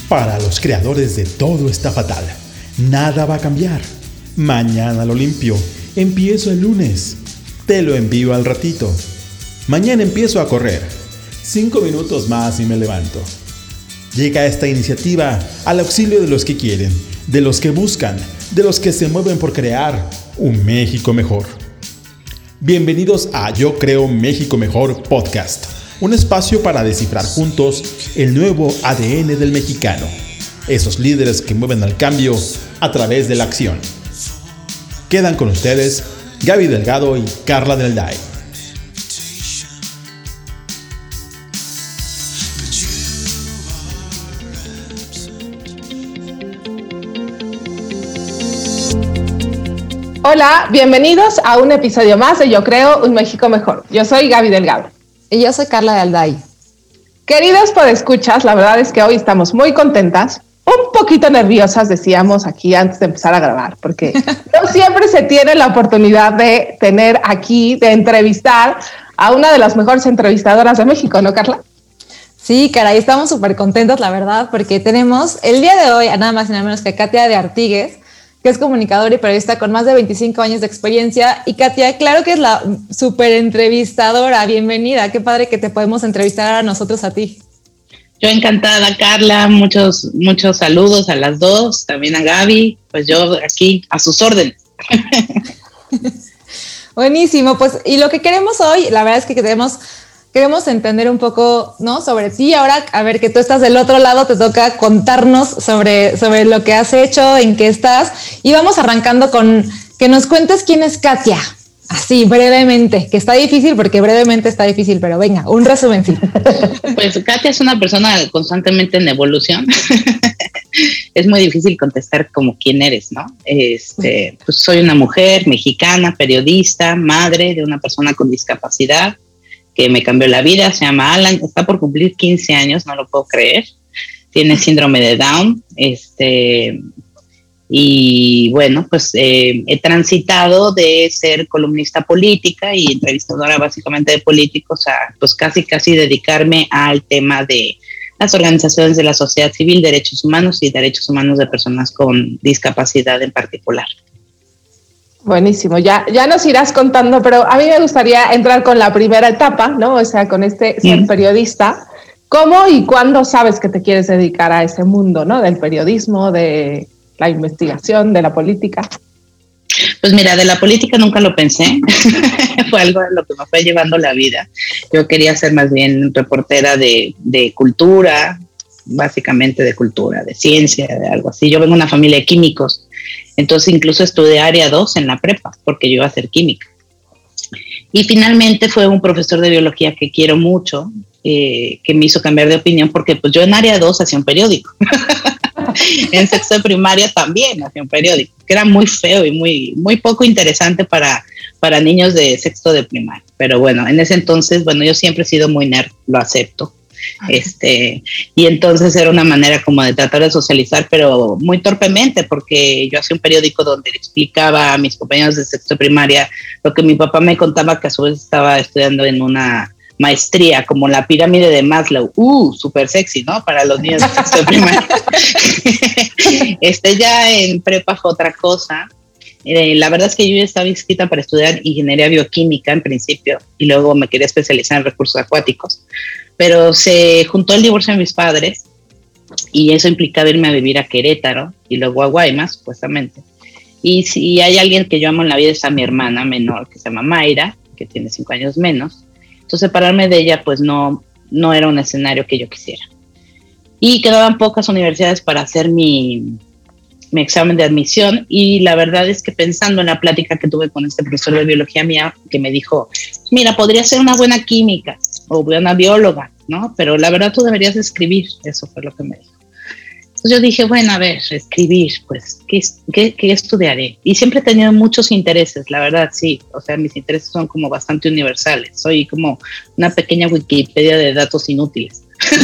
Para los creadores de Todo está fatal, nada va a cambiar. Mañana lo limpio, empiezo el lunes, te lo envío al ratito. Mañana empiezo a correr, 5 minutos más y me levanto. Llega esta iniciativa al auxilio de los que quieren, de los que buscan, de los que se mueven por crear un México mejor. Bienvenidos a Yo Creo México Mejor Podcast, un espacio para descifrar juntos el nuevo ADN del mexicano, esos líderes que mueven al cambio a través de la acción. Quedan con ustedes Gaby Delgado y Carla Del Day. Hola, bienvenidos a un episodio más de Yo Creo un México Mejor. Yo soy Gaby Delgado. Y yo soy Carla Del Day. Queridos podescuchas, la verdad es que hoy estamos muy contentas, un poquito nerviosas, decíamos aquí antes de empezar a grabar, porque no siempre se tiene la oportunidad de tener aquí, de entrevistar a una de las mejores entrevistadoras de México, ¿no, Carla? Sí, caray, estamos súper contentas, la verdad, porque tenemos el día de hoy a nada más y nada menos que Katia de Artigues, que es comunicadora y periodista con más de 25 años de experiencia. Y Katia, claro que es la súper entrevistadora. Bienvenida, qué padre que te podemos entrevistar a nosotros, a ti. Yo encantada, Carla, muchos saludos a las dos, también a Gaby, pues yo aquí a sus órdenes. Buenísimo, pues y lo que queremos hoy, la verdad es que queremos entender un poco, ¿no?, sobre ti. Ahora, a ver, que tú estás del otro lado, te toca contarnos sobre lo que has hecho, en qué estás. Y vamos arrancando con que nos cuentes quién es Katia. Así, brevemente, que está difícil porque brevemente está difícil, pero venga, un resumencito. Pues Katia es una persona constantemente en evolución. Es muy difícil contestar como quién eres, ¿no? Pues soy una mujer mexicana, periodista, madre de una persona con discapacidad, que me cambió la vida, se llama Alan, está por cumplir 15 años, no lo puedo creer, tiene síndrome de Down, y bueno, pues he transitado de ser columnista política y entrevistadora básicamente de políticos a pues casi dedicarme al tema de las organizaciones de la sociedad civil, derechos humanos y derechos humanos de personas con discapacidad en particular. Buenísimo, ya nos irás contando, pero a mí me gustaría entrar con la primera etapa, ¿no? O sea, con ser periodista. ¿Cómo y cuándo sabes que te quieres dedicar a ese mundo, ¿no? Del periodismo, de la investigación, de la política. Pues mira, de la política nunca lo pensé. Fue algo de lo que me fue llevando la vida. Yo quería ser más bien reportera de cultura, básicamente de cultura, de ciencia, de algo así. Yo vengo de una familia de químicos. Entonces incluso estudié área 2 en la prepa porque yo iba a hacer química. Y finalmente fue un profesor de biología que quiero mucho, que me hizo cambiar de opinión porque pues yo en área 2 hacía un periódico. En sexto de primaria también hacía un periódico, que era muy feo y muy poco interesante para niños de sexto de primaria. Pero bueno, en ese entonces, bueno, yo siempre he sido muy nerd, lo acepto. Y entonces era una manera como de tratar de socializar, pero muy torpemente, porque yo hacía un periódico donde le explicaba a mis compañeros de sexto de primaria lo que mi papá me contaba, que a su vez estaba estudiando en una maestría, como la pirámide de Maslow. Súper sexy, ¿no? Para los niños de sexto de primaria. Ya en prepa fue otra cosa. La verdad es que yo ya estaba inscrita para estudiar ingeniería bioquímica en principio, y luego me quería especializar en recursos acuáticos. Pero se juntó el divorcio de mis padres y eso implicaba irme a vivir a Querétaro y luego a Guaymas, supuestamente. Y si hay alguien que yo amo en la vida es a mi hermana menor, que se llama Mayra, que tiene 5 años menos. Entonces separarme de ella pues no era un escenario que yo quisiera. Y quedaban pocas universidades para hacer mi examen de admisión, y la verdad es que pensando en la plática que tuve con este profesor de biología mía, que me dijo, mira, podría ser una buena química o buena bióloga, ¿no? Pero la verdad tú deberías escribir, eso fue lo que me dijo. Entonces yo dije, bueno, a ver, escribir, pues, ¿qué estudiaré? Y siempre he tenido muchos intereses, la verdad, sí, o sea, mis intereses son como bastante universales, soy como una pequeña Wikipedia de datos inútiles.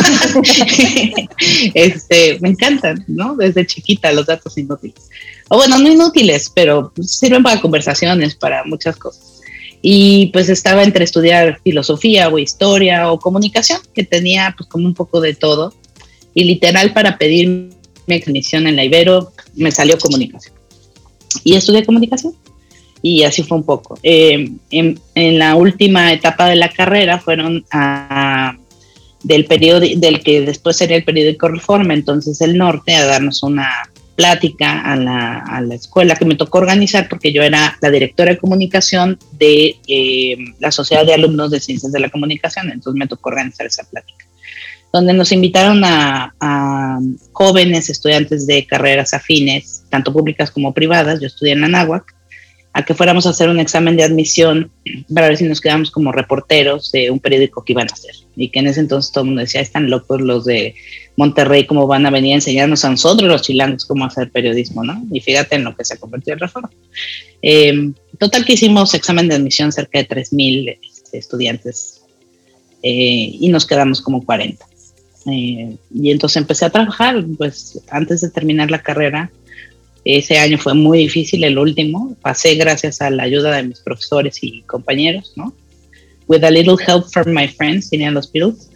Me encantan, ¿no? Desde chiquita los datos inútiles. O bueno, no inútiles, pero sirven para conversaciones, para muchas cosas. Y pues estaba entre estudiar filosofía o historia o comunicación, que tenía pues como un poco de todo. Y literal, para pedir mi admisión en la Ibero, me salió comunicación. Y estudié comunicación. Y así fue un poco. En la última etapa de la carrera fueron del periodo del que después sería el periódico Reforma, entonces el Norte, a darnos una plática a la escuela que me tocó organizar, porque yo era la directora de comunicación de la Sociedad de Alumnos de Ciencias de la Comunicación, entonces me tocó organizar esa plática, donde nos invitaron a jóvenes estudiantes de carreras afines, tanto públicas como privadas, yo estudié en la Anáhuac, a que fuéramos a hacer un examen de admisión para ver si nos quedamos como reporteros de un periódico que iban a hacer. Y que en ese entonces todo el mundo decía, están locos los de Monterrey, cómo van a venir a enseñarnos a nosotros los chilangos cómo hacer periodismo, ¿no? Y fíjate en lo que se convirtió en Reforma. Total que hicimos examen de admisión cerca de 3,000 estudiantes y nos quedamos como 40. Y entonces empecé a trabajar, pues antes de terminar la carrera. Ese año fue muy difícil, el último. Pasé gracias a la ayuda de mis profesores y compañeros, ¿no? With a little help from my friends, tenían los Beatles.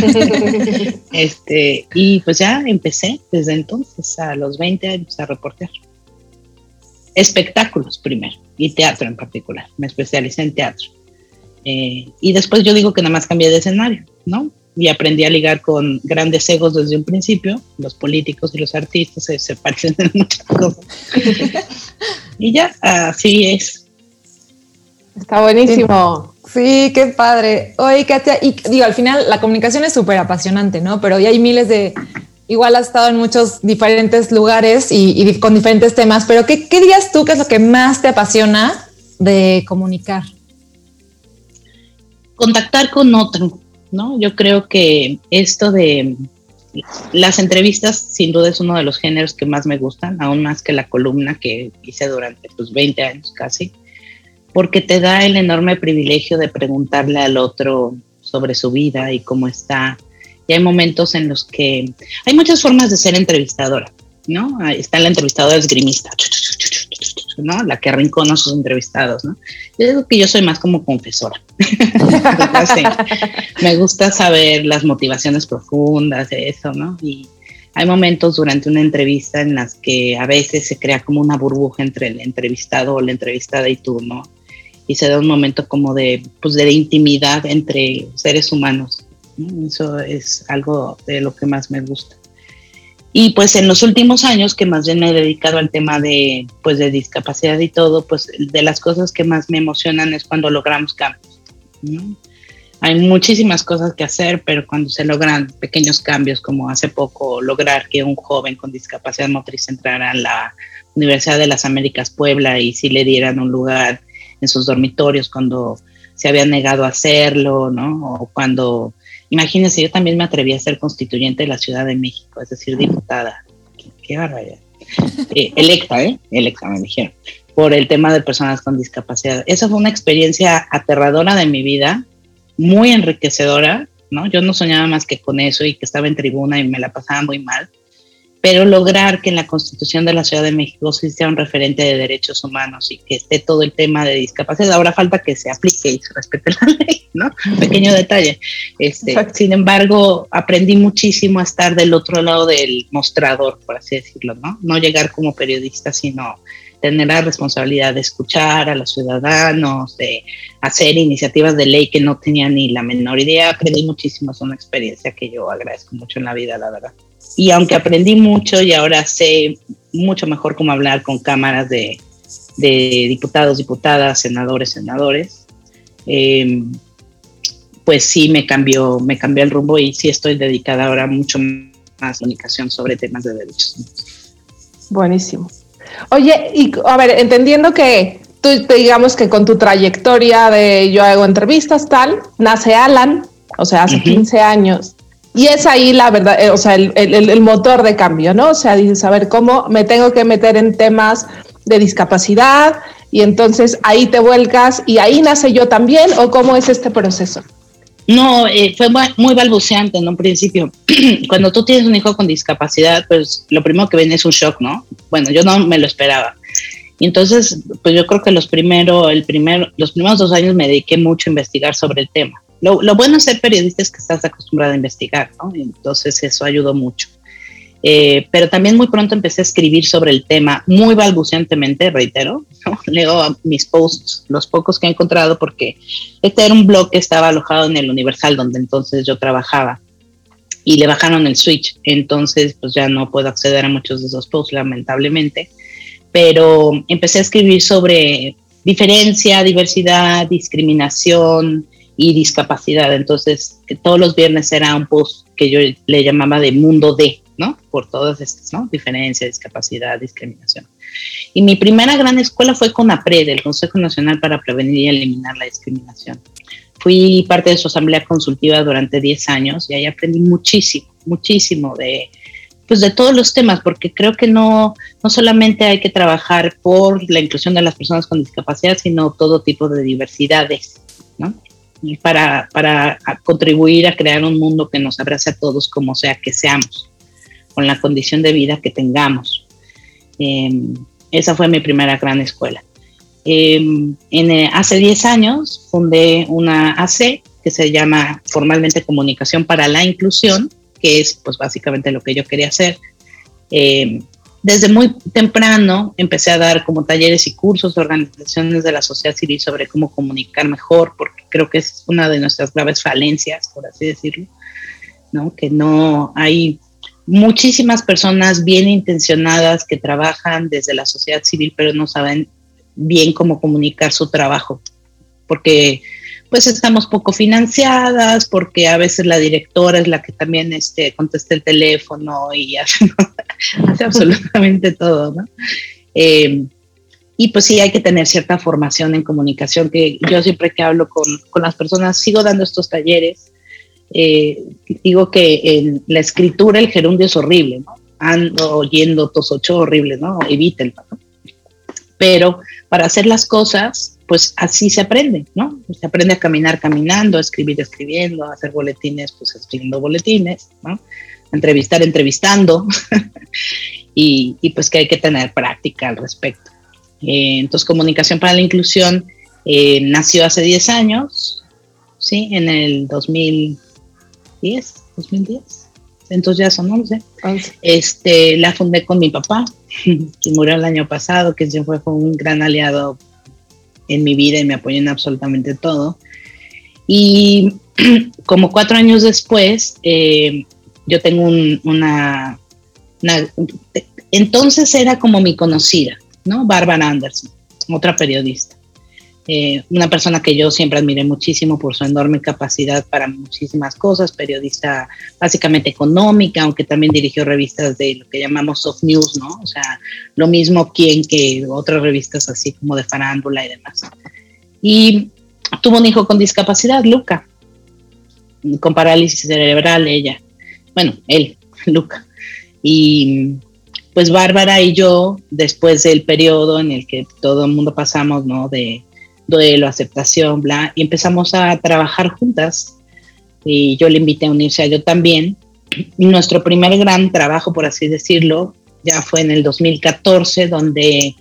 Y pues ya empecé desde entonces, a los 20 años, a reportear. Espectáculos primero, y teatro en particular. Me especialicé en teatro. Y después yo digo que nada más cambié de escenario, ¿no? Y aprendí a ligar con grandes egos desde un principio. Los políticos y los artistas se parecen en muchas cosas. Y ya, así es. Está buenísimo. Sí, qué padre. Oye, Katia, y digo, al final la comunicación es súper apasionante, ¿no? Pero ya hay miles de... Igual has estado en muchos diferentes lugares y con diferentes temas, pero ¿qué dirías tú que es lo que más te apasiona de comunicar? Contactar con otro, ¿no? Yo creo que esto de las entrevistas sin duda es uno de los géneros que más me gustan, aún más que la columna que hice durante 20 años casi, porque te da el enorme privilegio de preguntarle al otro sobre su vida y cómo está. Y hay momentos en los que hay muchas formas de ser entrevistadora, ¿no? Está la entrevistadora esgrimista, ¿no? La que arrincona a sus entrevistados, ¿no? Yo digo que yo soy más como confesora. Entonces, me gusta saber las motivaciones profundas de eso, ¿no? Y hay momentos durante una entrevista en las que a veces se crea como una burbuja entre el entrevistado o la entrevistada y tú, ¿no? Y se da un momento como de intimidad entre seres humanos, ¿no? Eso es algo de lo que más me gusta. Y pues en los últimos años, que más bien me he dedicado al tema de discapacidad y todo, pues de las cosas que más me emocionan es cuando logramos cambios, ¿no? Hay muchísimas cosas que hacer, pero cuando se logran pequeños cambios, como hace poco lograr que un joven con discapacidad motriz entrara a la Universidad de las Américas Puebla y sí le dieran un lugar en sus dormitorios cuando se había negado a hacerlo, ¿no? O cuando... Imagínense, yo también me atreví a ser constituyente de la Ciudad de México, es decir, diputada. Qué barbaridad. Electa me dijeron, por el tema de personas con discapacidad. Esa fue una experiencia aterradora de mi vida, muy enriquecedora, ¿no? Yo no soñaba más que con eso y que estaba en tribuna y me la pasaba muy mal, pero lograr que en la Constitución de la Ciudad de México sí sea un referente de derechos humanos y que esté todo el tema de discapacidad. Ahora falta que se aplique y se respete la ley, ¿no? Pequeño detalle. Sin embargo, aprendí muchísimo a estar del otro lado del mostrador, por así decirlo, ¿no? No llegar como periodista, sino tener la responsabilidad de escuchar a los ciudadanos, de hacer iniciativas de ley que no tenía ni la menor idea. Aprendí muchísimo, es una experiencia que yo agradezco mucho en la vida, la verdad. Y aunque aprendí mucho y ahora sé mucho mejor cómo hablar con cámaras de diputados, diputadas, senadores, pues sí me cambió el rumbo y sí estoy dedicada ahora mucho más a comunicación sobre temas de derechos. Buenísimo. Oye, y a ver, entendiendo que tú, digamos que con tu trayectoria de yo hago entrevistas, tal, nace Alan, o sea, hace 15 años. Y es ahí la verdad, o sea, el motor de cambio, ¿no? O sea, dices, a ver, ¿cómo me tengo que meter en temas de discapacidad? Y entonces ahí te vuelcas y ahí nace Yo También, ¿o cómo es este proceso? No, fue muy balbuceante en un principio. Cuando tú tienes un hijo con discapacidad, pues lo primero que viene es un shock, ¿no? Bueno, yo no me lo esperaba. Y entonces, pues yo creo que los primeros 2 años me dediqué mucho a investigar sobre el tema, Lo bueno de ser periodista es que estás acostumbrado a investigar, ¿no? Entonces eso ayudó mucho. Pero también muy pronto empecé a escribir sobre el tema, muy balbuceantemente, reitero, ¿no? Leo mis posts, los pocos que he encontrado, porque este era un blog que estaba alojado en el Universal, donde entonces yo trabajaba, y le bajaron el switch, entonces pues ya no puedo acceder a muchos de esos posts, lamentablemente, pero empecé a escribir sobre diferencia, diversidad, discriminación y discapacidad. Entonces todos los viernes era un post que yo le llamaba de mundo de, ¿no? Por todas estas, ¿no? Diferencia, discapacidad, discriminación. Y mi primera gran escuela fue CONAPRED, el Consejo Nacional para Prevenir y Eliminar la Discriminación. Fui parte de su asamblea consultiva durante 10 años y ahí aprendí muchísimo de todos los temas, porque creo que no solamente hay que trabajar por la inclusión de las personas con discapacidad, sino todo tipo de diversidades, ¿no? Y para contribuir a crear un mundo que nos abrace a todos como sea que seamos, con la condición de vida que tengamos. Esa fue mi primera gran escuela. Hace 10 años fundé una AC que se llama formalmente Comunicación para la Inclusión, que es pues básicamente lo que yo quería hacer. Desde muy temprano empecé a dar como talleres y cursos de organizaciones de la sociedad civil sobre cómo comunicar mejor, porque creo que es una de nuestras graves falencias, por así decirlo, ¿no? Que no hay muchísimas personas bien intencionadas que trabajan desde la sociedad civil, pero no saben bien cómo comunicar su trabajo, porque pues estamos poco financiadas, porque a veces la directora es la que también contesta el teléfono y hace absolutamente todo, ¿no? Y pues sí, hay que tener cierta formación en comunicación, que yo siempre que hablo con las personas, sigo dando estos talleres, digo que en la escritura el gerundio es horrible, ¿no? Ando oyendo tosocho horrible, ¿no? Evítenlo, ¿no? Pero para hacer las cosas, pues así se aprende, ¿no? Se aprende a caminar caminando, a escribir escribiendo, a hacer boletines, pues escribiendo boletines, ¿no? A entrevistar entrevistando y pues que hay que tener práctica al respecto. Entonces, Comunicación para la Inclusión nació hace 10 años, ¿sí? En el 2010. Entonces ya son 11. La fundé con mi papá, que murió el año pasado, que siempre fue un gran aliado en mi vida y me apoyó en absolutamente todo. Y como 4 años después, yo tengo entonces era como mi conocida, ¿no? Bárbara Anderson, otra periodista. Una persona que yo siempre admiré muchísimo por su enorme capacidad para muchísimas cosas, periodista básicamente económica, aunque también dirigió revistas de lo que llamamos soft news, ¿no? O sea, lo mismo que otras revistas así como de farándula y demás. Y tuvo un hijo con discapacidad, Luca, con parálisis cerebral, él, Luca. Y pues Bárbara y yo, después del periodo en el que todo el mundo pasamos, ¿no? De duelo, aceptación, bla, y empezamos a trabajar juntas y yo le invité a unirse a yo también. Y nuestro primer gran trabajo, por así decirlo, ya fue en el 2014, donde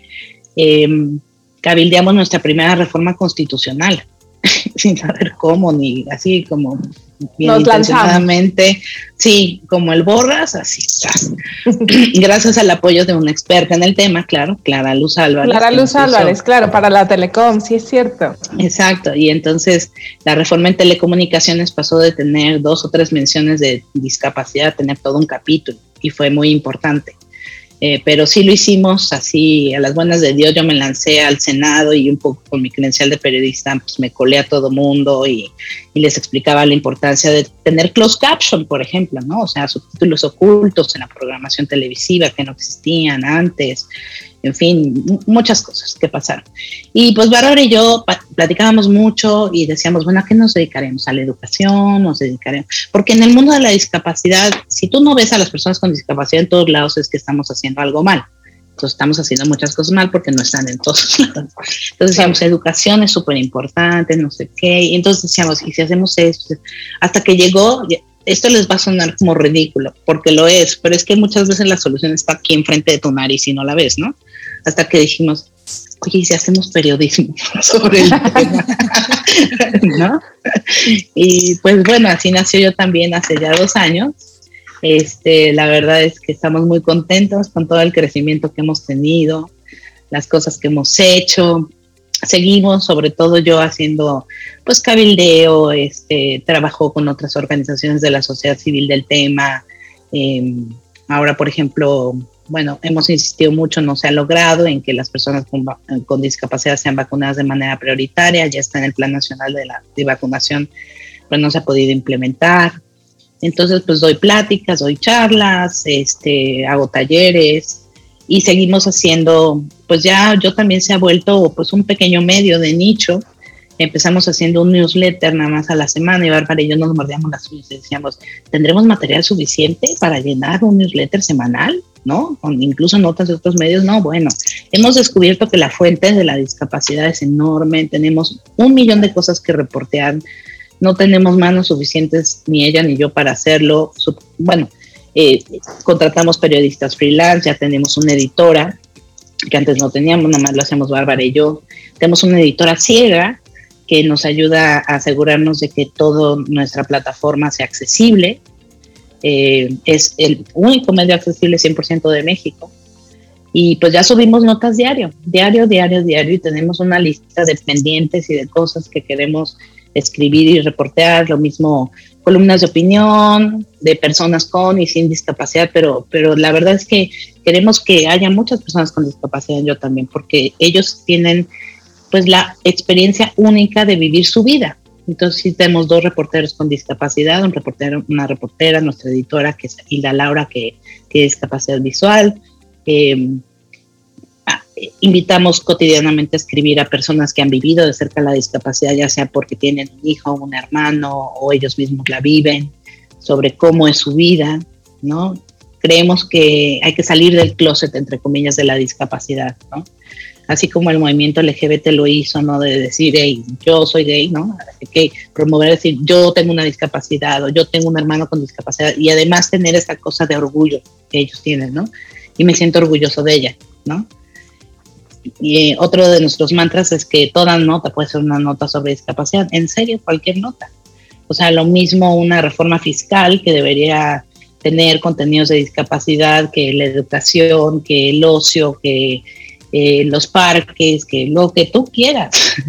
cabildeamos nuestra primera reforma constitucional, sin saber cómo, ni así como bien nos intencionadamente, lanzamos. Sí, como el borras, así está. Gracias al apoyo de una experta en el tema, claro, Clara Luz Álvarez. Clara Luz Álvarez, claro, para la Telecom, sí es cierto. Exacto, y entonces la reforma en telecomunicaciones pasó de tener 2 o 3 menciones de discapacidad a tener todo un capítulo, y fue muy importante. Pero sí lo hicimos así, a las buenas de Dios. Yo me lancé al Senado y un poco con mi credencial de periodista, pues me colé a todo mundo y les explicaba la importancia de tener closed caption, por ejemplo, ¿no? O sea, subtítulos ocultos en la programación televisiva que no existían antes. En fin, muchas cosas que pasaron. Y pues Bárbara y yo platicábamos mucho y decíamos, bueno, ¿a qué nos dedicaremos? ¿A la educación? ¿Nos dedicaremos? Porque en el mundo de la discapacidad, si tú no ves a las personas con discapacidad en todos lados, es que estamos haciendo algo mal. Entonces estamos haciendo muchas cosas mal porque no están en todos lados. Entonces decíamos, educación es súper importante, no sé qué. Y entonces decíamos, ¿y si hacemos esto? Hasta que llegó... Esto les va a sonar como ridículo, porque lo es, pero es que muchas veces la solución está aquí enfrente de tu nariz y no la ves, ¿no? Hasta que dijimos, oye, ¿y si hacemos periodismo sobre el tema? ¿No? Y pues bueno, así nació yo también hace ya 2 años. La verdad es que estamos muy contentos con todo el crecimiento que hemos tenido, las cosas que hemos hecho. Seguimos, sobre todo yo, haciendo pues cabildeo, trabajo con otras organizaciones de la sociedad civil del tema. Ahora, por ejemplo, bueno, hemos insistido mucho, no se ha logrado en que las personas con discapacidad sean vacunadas de manera prioritaria. Ya está en el Plan Nacional de Vacunación, pero no se ha podido implementar. Entonces, pues doy pláticas, doy charlas, hago talleres y seguimos haciendo, pues ya yo también se ha vuelto pues un pequeño medio de nicho. Empezamos haciendo un newsletter nada más a la semana y Bárbara y yo nos mordíamos las uñas y decíamos, ¿tendremos material suficiente para llenar un newsletter semanal? ¿No? Con incluso notas de otros medios. No, bueno, hemos descubierto que la fuente de la discapacidad es enorme, tenemos 1 millón de cosas que reportear, no tenemos manos suficientes ni ella ni yo para hacerlo. Bueno, contratamos periodistas freelance, ya tenemos una editora que antes no teníamos, nada más lo hacemos Bárbara y yo. Tenemos una editora ciega que nos ayuda a asegurarnos de que toda nuestra plataforma sea accesible. Es el único medio accesible 100% de México. Y pues ya subimos notas diario, y tenemos una lista de pendientes y de cosas que queremos escribir y reportear. Lo mismo, columnas de opinión de personas con y sin discapacidad, pero la verdad es que queremos que haya muchas personas con discapacidad, yo también, porque ellos tienen pues la experiencia única de vivir su vida. Entonces sí tenemos 2 reporteros con discapacidad, una reportera, nuestra editora, que es Hilda Laura, que tiene discapacidad visual. Invitamos cotidianamente a escribir a personas que han vivido de cerca la discapacidad, ya sea porque tienen un hijo, un hermano o ellos mismos la viven, sobre cómo es su vida, ¿no? Creemos que hay que salir del closet, entre comillas, de la discapacidad, ¿no? Así como el movimiento LGBT lo hizo, ¿no? De decir, hey, yo soy gay, ¿no? Hay que promover, decir, yo tengo una discapacidad o yo tengo un hermano con discapacidad y además tener esa cosa de orgullo que ellos tienen, ¿no? Y me siento orgulloso de ella, ¿no? Y otro de nuestros mantras es que toda nota puede ser una nota sobre discapacidad. En serio, cualquier nota. O sea, lo mismo una reforma fiscal que debería tener contenidos de discapacidad, que la educación, que el ocio, que los parques, que lo que tú quieras.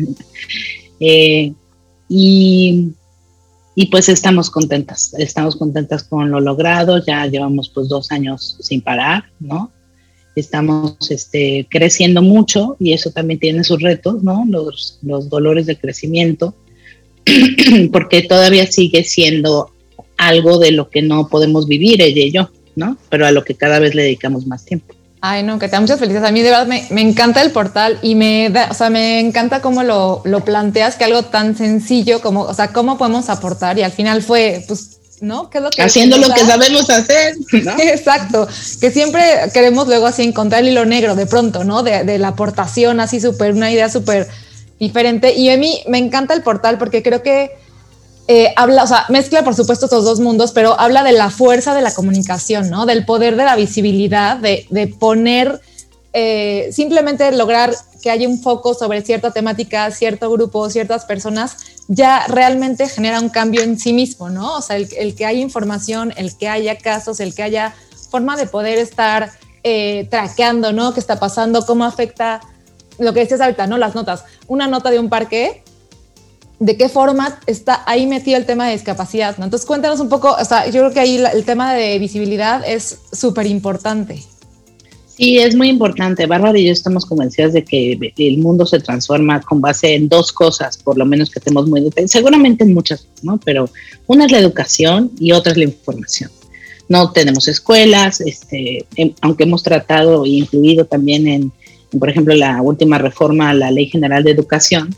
Y pues estamos contentas con lo logrado. Ya llevamos pues 2 años sin parar, ¿no? Estamos creciendo mucho y eso también tiene sus retos, ¿no? Los dolores de crecimiento, porque todavía sigue siendo algo de lo que no podemos vivir ella y yo, ¿no? Pero a lo que cada vez le dedicamos más tiempo. Ay, no, que te da muchas felicidades. A mí de verdad me encanta el portal y me encanta cómo lo planteas, que algo tan sencillo como, o sea, cómo podemos aportar y al final fue, pues, ¿no? ¿Qué es lo que haciendo lo que sabemos hacer, ¿no? Exacto, que siempre queremos luego así encontrar el hilo negro de pronto, ¿no? De la aportación así una idea súper diferente. Y a mí me encanta el portal porque creo que habla, o sea, mezcla por supuesto estos 2 mundos, pero habla de la fuerza de la comunicación, ¿no? Del poder de la visibilidad, de poner, simplemente lograr que haya un foco sobre cierta temática, cierto grupo, ciertas personas, ya realmente genera un cambio en sí mismo, ¿no? O sea, el que haya información, el que haya casos, el que haya forma de poder estar traqueando, ¿no? ¿Qué está pasando? ¿Cómo afecta lo que decías ahorita, ¿no? Las notas. Una nota de un parque, ¿de qué forma está ahí metido el tema de discapacidad, ¿no? Entonces cuéntanos un poco, o sea, yo creo que ahí el tema de visibilidad es súper importante. Sí, es muy importante. Bárbara y yo estamos convencidas de que el mundo se transforma con base en 2 cosas, por lo menos que tenemos muy detalles, seguramente en muchas, ¿no? Pero una es la educación y otra es la información. No tenemos escuelas, aunque hemos tratado e incluido también en, por ejemplo, la última reforma a la Ley General de Educación,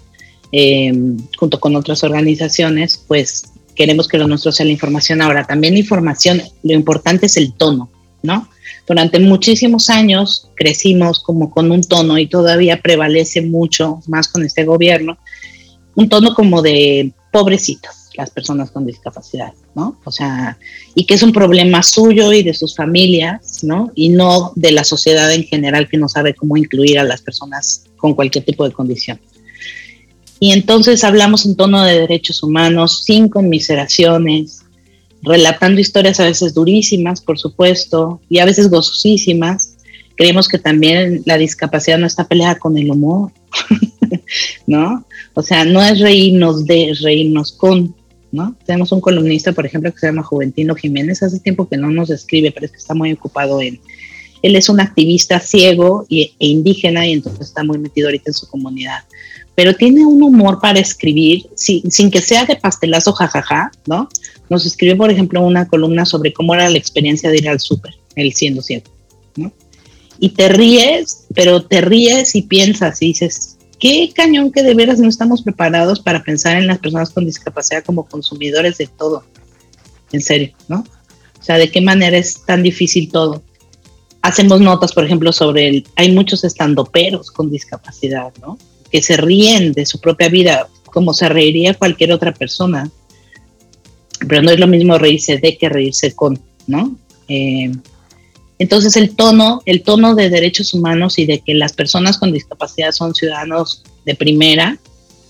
junto con otras organizaciones, pues queremos que lo nuestro sea la información. Ahora, también la información, lo importante es el tono, ¿no? Durante muchísimos años crecimos como con un tono y todavía prevalece mucho más con este gobierno, un tono como de pobrecitos, las personas con discapacidad, ¿no? O sea, y que es un problema suyo y de sus familias, ¿no? Y no de la sociedad en general que no sabe cómo incluir a las personas con cualquier tipo de condición. Y entonces hablamos en tono de derechos humanos, sin conmiseraciones, relatando historias a veces durísimas, por supuesto, y a veces gozosísimas. Creemos que también la discapacidad no está peleada con el humor, ¿no? O sea, no es reírnos de, es reírnos con, ¿no? Tenemos un columnista, por ejemplo, que se llama Juventino Jiménez, hace tiempo que no nos escribe, pero es que está muy ocupado en... Él es un activista ciego e indígena y entonces está muy metido ahorita en su comunidad. Pero tiene un humor para escribir sin que sea de pastelazo jajaja, ¿no? Nos escribió, por ejemplo, una columna sobre cómo era la experiencia de ir al súper, él siendo ciego, ¿no? Y te ríes, pero te ríes y piensas y dices, qué cañón que de veras no estamos preparados para pensar en las personas con discapacidad como consumidores de todo. En serio, ¿no? O sea, de qué manera es tan difícil todo. Hacemos notas, por ejemplo, sobre hay muchos estandoperos con discapacidad, ¿no? Que se ríen de su propia vida, como se reiría cualquier otra persona. Pero no es lo mismo reírse de que reírse con, ¿no? Entonces el tono de derechos humanos y de que las personas con discapacidad son ciudadanos de primera,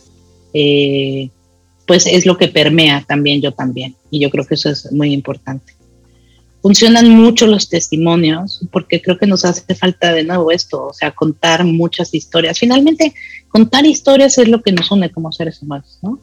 pues es lo que permea también, yo también. Y yo creo que eso es muy importante. Funcionan mucho los testimonios porque creo que nos hace falta de nuevo esto, o sea, contar muchas historias. Finalmente, contar historias es lo que nos une como seres humanos, ¿no?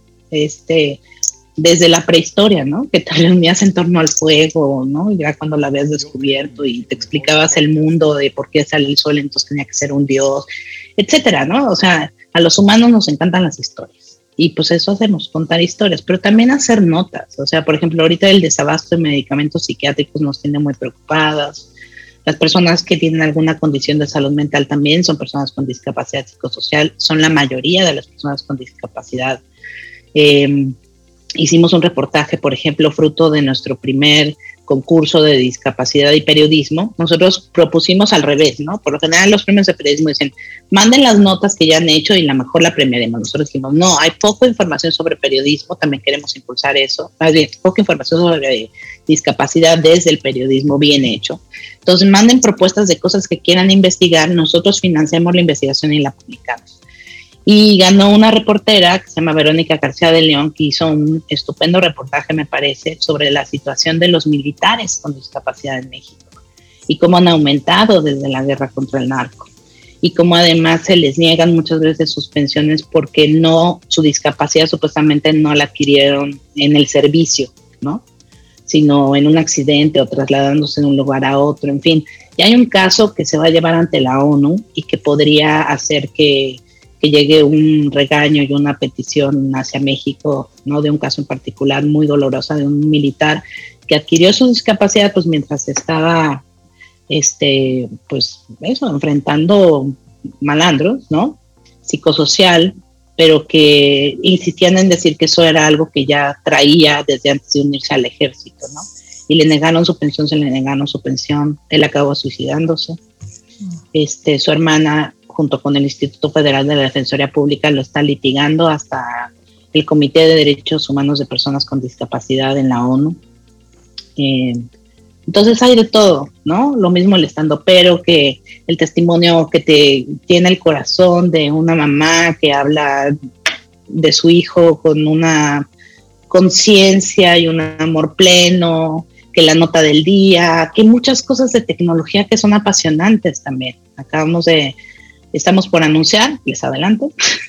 Desde la prehistoria, ¿no? Que te reunías en torno al fuego, ¿no? Ya cuando la habías descubierto y te explicabas el mundo de por qué sale el sol, entonces tenía que ser un dios, etcétera, ¿no? O sea, a los humanos nos encantan las historias. Y pues eso hacemos, contar historias, pero también hacer notas. O sea, por ejemplo, ahorita el desabasto de medicamentos psiquiátricos nos tiene muy preocupadas. Las personas que tienen alguna condición de salud mental también son personas con discapacidad psicosocial, son la mayoría de las personas con discapacidad. Hicimos un reportaje, por ejemplo, fruto de nuestro primer concurso de discapacidad y periodismo. Nosotros propusimos al revés, ¿no? Por lo general los premios de periodismo dicen, manden las notas que ya han hecho y la mejor la premiaremos. Nosotros dijimos, no, hay poca información sobre periodismo, también queremos impulsar eso. Más bien, poca información sobre discapacidad desde el periodismo bien hecho. Entonces, manden propuestas de cosas que quieran investigar, nosotros financiamos la investigación y la publicamos. Y ganó una reportera que se llama Verónica García de León, que hizo un estupendo reportaje, me parece, sobre la situación de los militares con discapacidad en México y cómo han aumentado desde la guerra contra el narco y cómo además se les niegan muchas veces sus pensiones porque su discapacidad supuestamente no la adquirieron en el servicio, ¿no? Sino en un accidente o trasladándose de un lugar a otro, en fin. Y hay un caso que se va a llevar ante la ONU y que podría hacer que llegue un regaño y una petición hacia México, ¿no? De un caso en particular muy dolorosa de un militar que adquirió su discapacidad pues mientras estaba pues eso, enfrentando malandros, ¿no? Psicosocial, pero que insistían en decir que eso era algo que ya traía desde antes de unirse al ejército, ¿no? Y le negaron su pensión, él acabó suicidándose. Su hermana junto con el Instituto Federal de la Defensoría Pública lo está litigando hasta el Comité de Derechos Humanos de Personas con Discapacidad en la ONU. Entonces hay de todo, ¿no? Lo mismo el estandopero, que el testimonio que te tiene el corazón de una mamá que habla de su hijo con una conciencia y un amor pleno, que la nota del día, que muchas cosas de tecnología que son apasionantes también. Estamos por anunciar, les adelanto,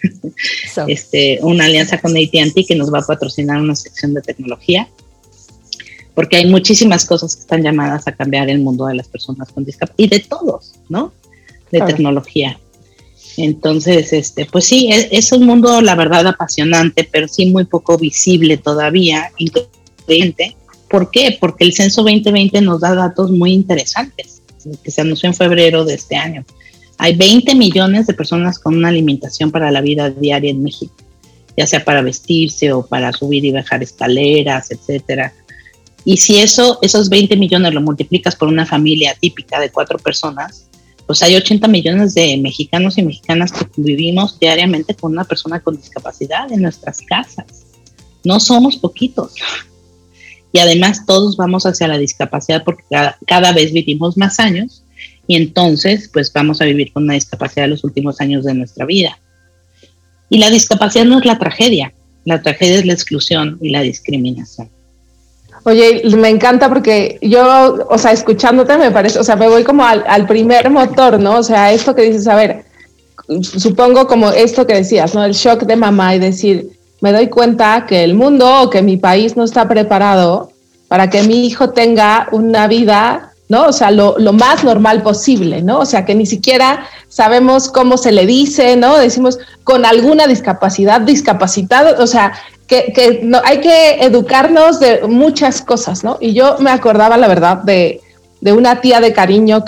una alianza con AT&T que nos va a patrocinar una sección de tecnología, porque hay muchísimas cosas que están llamadas a cambiar el mundo de las personas con discapacidad y de todos, ¿no? De tecnología. Entonces, pues sí, es un mundo, la verdad, apasionante, pero sí muy poco visible todavía, incluyente. ¿Por qué? Porque el Censo 2020 nos da datos muy interesantes, que se anunció en febrero de este año. Hay 20 millones de personas con una alimentación para la vida diaria en México, ya sea para vestirse o para subir y bajar escaleras, etcétera. Y si esos 20 millones lo multiplicas por una familia típica de 4 personas, pues hay 80 millones de mexicanos y mexicanas que vivimos diariamente con una persona con discapacidad en nuestras casas. No somos poquitos. Y además todos vamos hacia la discapacidad porque cada vez vivimos más años. Y entonces, pues vamos a vivir con una discapacidad los últimos años de nuestra vida. Y la discapacidad no es la tragedia es la exclusión y la discriminación. Oye, me encanta porque yo, o sea, escuchándote me parece, o sea, me voy como al primer motor, ¿no? O sea, esto que dices, a ver, supongo como esto que decías, ¿no? El shock de mamá y decir, me doy cuenta que el mundo o que mi país no está preparado para que mi hijo tenga una vida, ¿no? O sea, lo más normal posible, ¿no? O sea, que ni siquiera sabemos cómo se le dice, ¿no? Decimos con alguna discapacidad, discapacitado, o sea, que no, hay que educarnos de muchas cosas, ¿no? Y yo me acordaba, la verdad, de una tía de cariño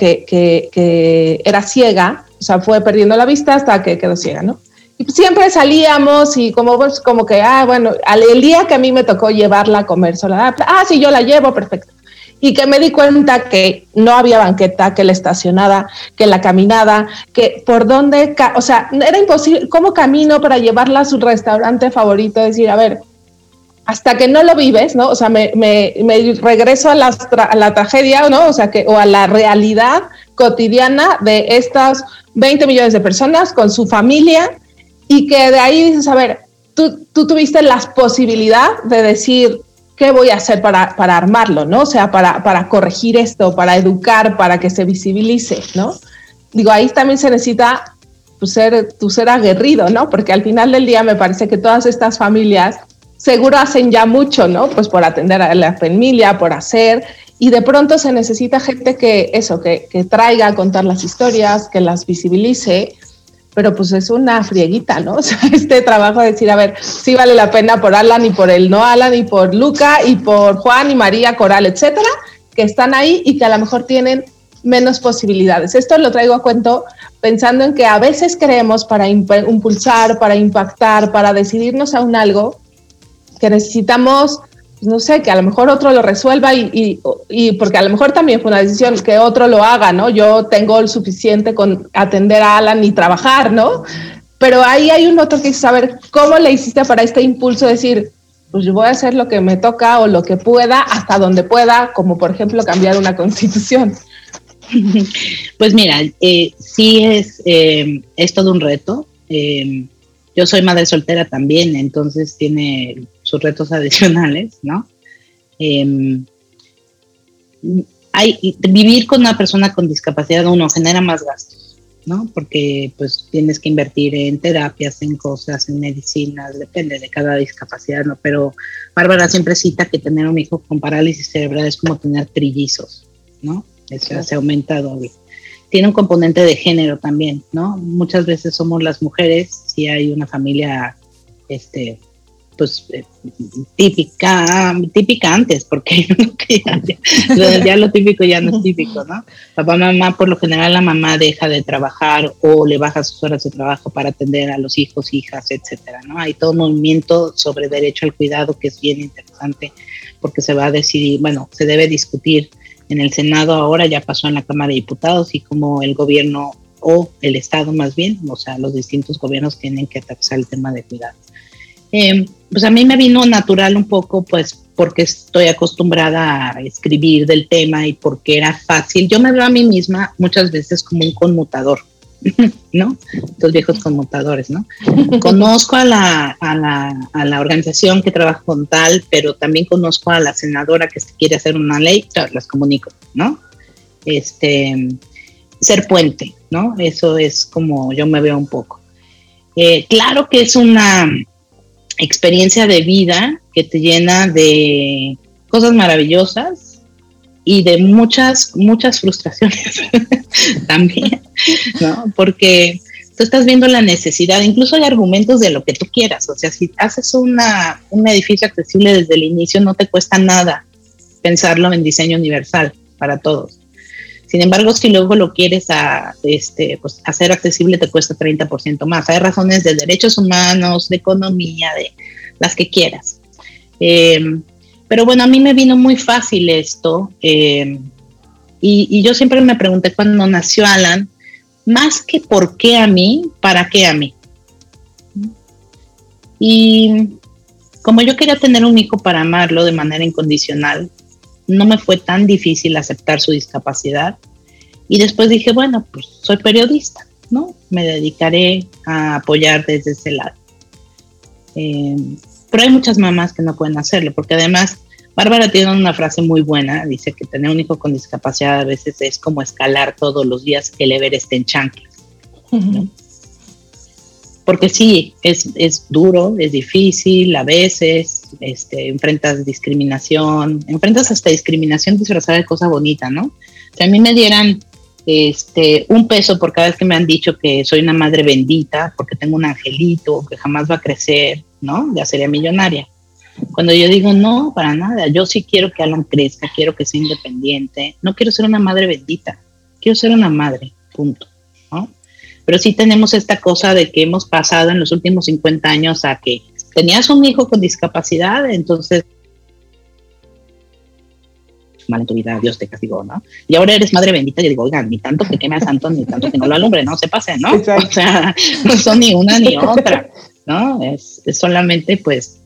que era ciega, o sea, fue perdiendo la vista hasta que quedó ciega, ¿no? Y siempre salíamos y como que, bueno, el día que a mí me tocó llevarla a comer sola, sí, yo la llevo, perfecto. Y que me di cuenta que no había banqueta, que la estacionada, que la caminada, que por dónde, o sea, era imposible, ¿cómo camino para llevarla a su restaurante favorito? Decir, a ver, hasta que no lo vives, ¿no? O sea, me regreso a la tragedia, ¿no? O sea, o a la realidad cotidiana de estas 20 millones de personas con su familia y que de ahí dices, a ver, tú tuviste la posibilidad de decir, ¿qué voy a hacer para armarlo, no? O sea, para corregir esto, para educar, para que se visibilice, ¿no? Digo, ahí también se necesita pues, ser aguerrido, ¿no? Porque al final del día me parece que todas estas familias seguro hacen ya mucho, ¿no? Pues por atender a la familia, por hacer, y de pronto se necesita gente que traiga a contar las historias, que las visibilice, pero pues es una frieguita, ¿no? O sea, este trabajo de decir, a ver, sí vale la pena por Alan y por el no Alan y por Luca y por Juan y María, Coral, etcétera, que están ahí y que a lo mejor tienen menos posibilidades. Esto lo traigo a cuento pensando en que a veces creemos para impulsar, para impactar, para decidirnos a un algo, que necesitamos, no sé, que a lo mejor otro lo resuelva y porque a lo mejor también fue una decisión que otro lo haga, ¿no? Yo tengo el suficiente con atender a Alan y trabajar, ¿no? Pero ahí hay un otro que dice, saber cómo le hiciste para este impulso de decir, pues yo voy a hacer lo que me toca o lo que pueda, hasta donde pueda, como por ejemplo cambiar una constitución. Pues mira, sí es todo un reto. Yo soy madre soltera también, entonces tiene sus retos adicionales, ¿no? Vivir con una persona con discapacidad, uno genera más gastos, ¿no? Porque pues tienes que invertir en terapias, en cosas, en medicinas, depende de cada discapacidad, ¿no? Pero Bárbara siempre cita que tener un hijo con parálisis cerebral es como tener trillizos, ¿no? Eso se aumenta doble. Tiene un componente de género también, ¿no? Muchas veces somos las mujeres, si hay una familia, pues típica antes, porque ya lo típico ya no es típico, ¿no? Papá, mamá, por lo general la mamá deja de trabajar o le baja sus horas de trabajo para atender a los hijos, hijas, etcétera, ¿no? Hay todo un movimiento sobre derecho al cuidado que es bien interesante porque se va a decidir, bueno, se debe discutir en el Senado ahora, ya pasó en la Cámara de Diputados y como el gobierno o el Estado más bien, o sea, los distintos gobiernos tienen que atacar el tema de cuidado. Pues a mí me vino natural un poco, pues porque estoy acostumbrada a escribir del tema y porque era fácil. Yo me veo a mí misma muchas veces como un conmutador, ¿no? Estos viejos conmutadores, ¿no? Conozco a la organización que trabaja con tal, pero también conozco a la senadora que quiere hacer una ley, las comunico, ¿no? Ser puente, ¿no? Eso es como yo me veo un poco. Claro que es una experiencia de vida que te llena de cosas maravillosas y de muchas frustraciones también, ¿no? Porque tú estás viendo la necesidad, incluso hay argumentos de lo que tú quieras, o sea, si haces un edificio accesible desde el inicio, no te cuesta nada pensarlo en diseño universal para todos. Sin embargo, si luego lo quieres pues hacer accesible, te cuesta 30% más. Hay razones de derechos humanos, de economía, de las que quieras. Pero bueno, a mí me vino muy fácil esto. Y yo siempre me pregunté cuando nació Alan, más que por qué a mí, ¿para qué a mí? Y como yo quería tener un hijo para amarlo de manera incondicional, no me fue tan difícil aceptar su discapacidad. Y después dije, bueno, pues soy periodista, ¿no? Me dedicaré a apoyar desde ese lado. Pero hay muchas mamás que no pueden hacerlo, porque además Bárbara tiene una frase muy buena, dice que tener un hijo con discapacidad a veces es como escalar todos los días el Everest en chanclas, ¿no? Porque sí, es duro, es difícil, a veces enfrentas discriminación, enfrentas hasta discriminación disfrazada de cosa bonita, ¿no? Si a mí me dieran $1 por cada vez que me han dicho que soy una madre bendita, porque tengo un angelito que jamás va a crecer, ¿no? Ya sería millonaria. Cuando yo digo, no, para nada, yo sí quiero que Alan crezca, quiero que sea independiente, no quiero ser una madre bendita, quiero ser una madre, punto, ¿no? Pero sí tenemos esta cosa de que hemos pasado en los últimos 50 años a que tenías un hijo con discapacidad, entonces mal en tu vida, Dios te castigó, ¿no? Y ahora eres madre bendita, y digo, oigan, ni tanto que queme a santo, ni tanto que no lo alumbre, no se pasen, ¿no? Exacto. O sea, no son ni una ni otra, ¿no? Es solamente, pues,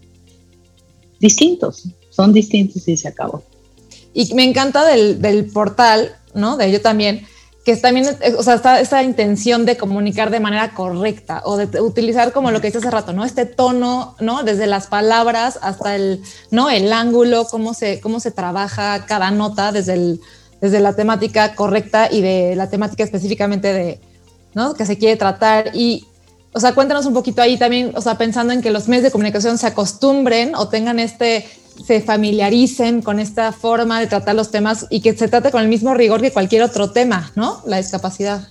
son distintos y se acabó. Y me encanta del portal, ¿no? De Yo También, que también, o sea, está esta intención de comunicar de manera correcta o de utilizar como lo que hice hace rato, ¿no? Este tono, ¿no? Desde las palabras hasta el ángulo, cómo se trabaja cada nota desde la temática correcta y de la temática específicamente ¿no? Que se quiere tratar. Y, o sea, cuéntanos un poquito ahí también, o sea, pensando en que los medios de comunicación se acostumbren o tengan se familiaricen con esta forma de tratar los temas y que se trate con el mismo rigor que cualquier otro tema, ¿no? La discapacidad.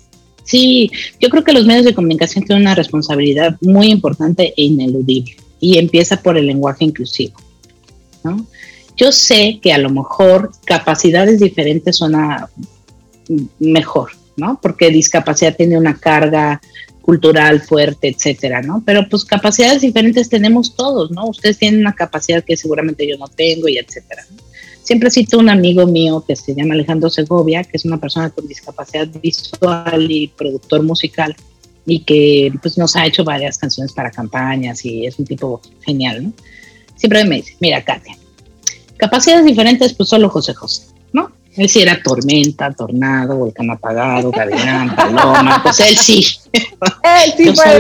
Sí, yo creo que los medios de comunicación tienen una responsabilidad muy importante e ineludible y empieza por el lenguaje inclusivo, ¿no? Yo sé que a lo mejor capacidades diferentes suena mejor, ¿no? Porque discapacidad tiene una carga cultural fuerte, etcétera, ¿no? Pero pues capacidades diferentes tenemos todos, ¿no? Ustedes tienen una capacidad que seguramente yo no tengo y etcétera, ¿no? Siempre cito un amigo mío que se llama Alejandro Segovia, que es una persona con discapacidad visual y productor musical y que pues nos ha hecho varias canciones para campañas y es un tipo genial, ¿no? Siempre me dice, mira, Katia, capacidades diferentes pues solo José José, ¿no? Él sí era tormenta, tornado, volcán apagado, gavilán, paloma, pues él sí. Él sí fue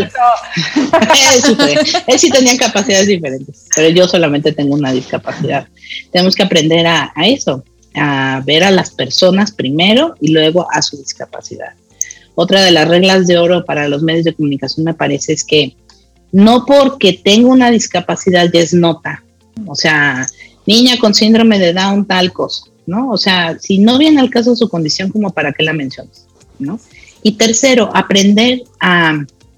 eso. Él sí tenía capacidades diferentes, pero yo solamente tengo una discapacidad. Tenemos que aprender a eso, a ver a las personas primero y luego a su discapacidad. Otra de las reglas de oro para los medios de comunicación me parece es que no porque tengo una discapacidad ya es nota. O sea, niña con síndrome de Down, tal cosa, ¿no? O sea, si no viene al caso su condición, como para qué la mencionas, ¿no? Y tercero, aprender a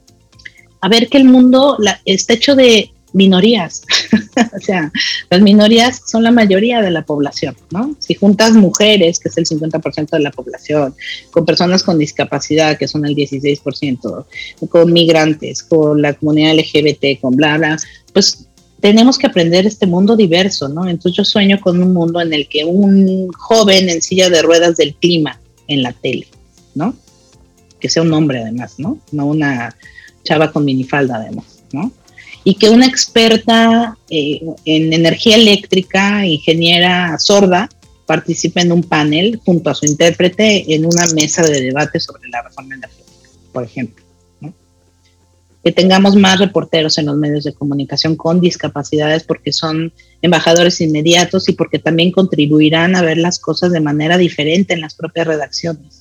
ver que el mundo está hecho de minorías. O sea, las minorías son la mayoría de la población, ¿no? Si juntas mujeres, que es el 50% de la población, con personas con discapacidad, que son el 16%, con migrantes, con la comunidad LGBT, con bla, bla, pues tenemos que aprender este mundo diverso, ¿no? Entonces yo sueño con un mundo en el que un joven en silla de ruedas del clima en la tele, ¿no? Que sea un hombre además, ¿no? No una chava con minifalda además, ¿no? Y que una experta en energía eléctrica, ingeniera sorda, participe en un panel junto a su intérprete en una mesa de debate sobre la reforma energética, por ejemplo, ¿no? Que tengamos más reporteros en los medios de comunicación con discapacidades porque son embajadores inmediatos y porque también contribuirán a ver las cosas de manera diferente en las propias redacciones.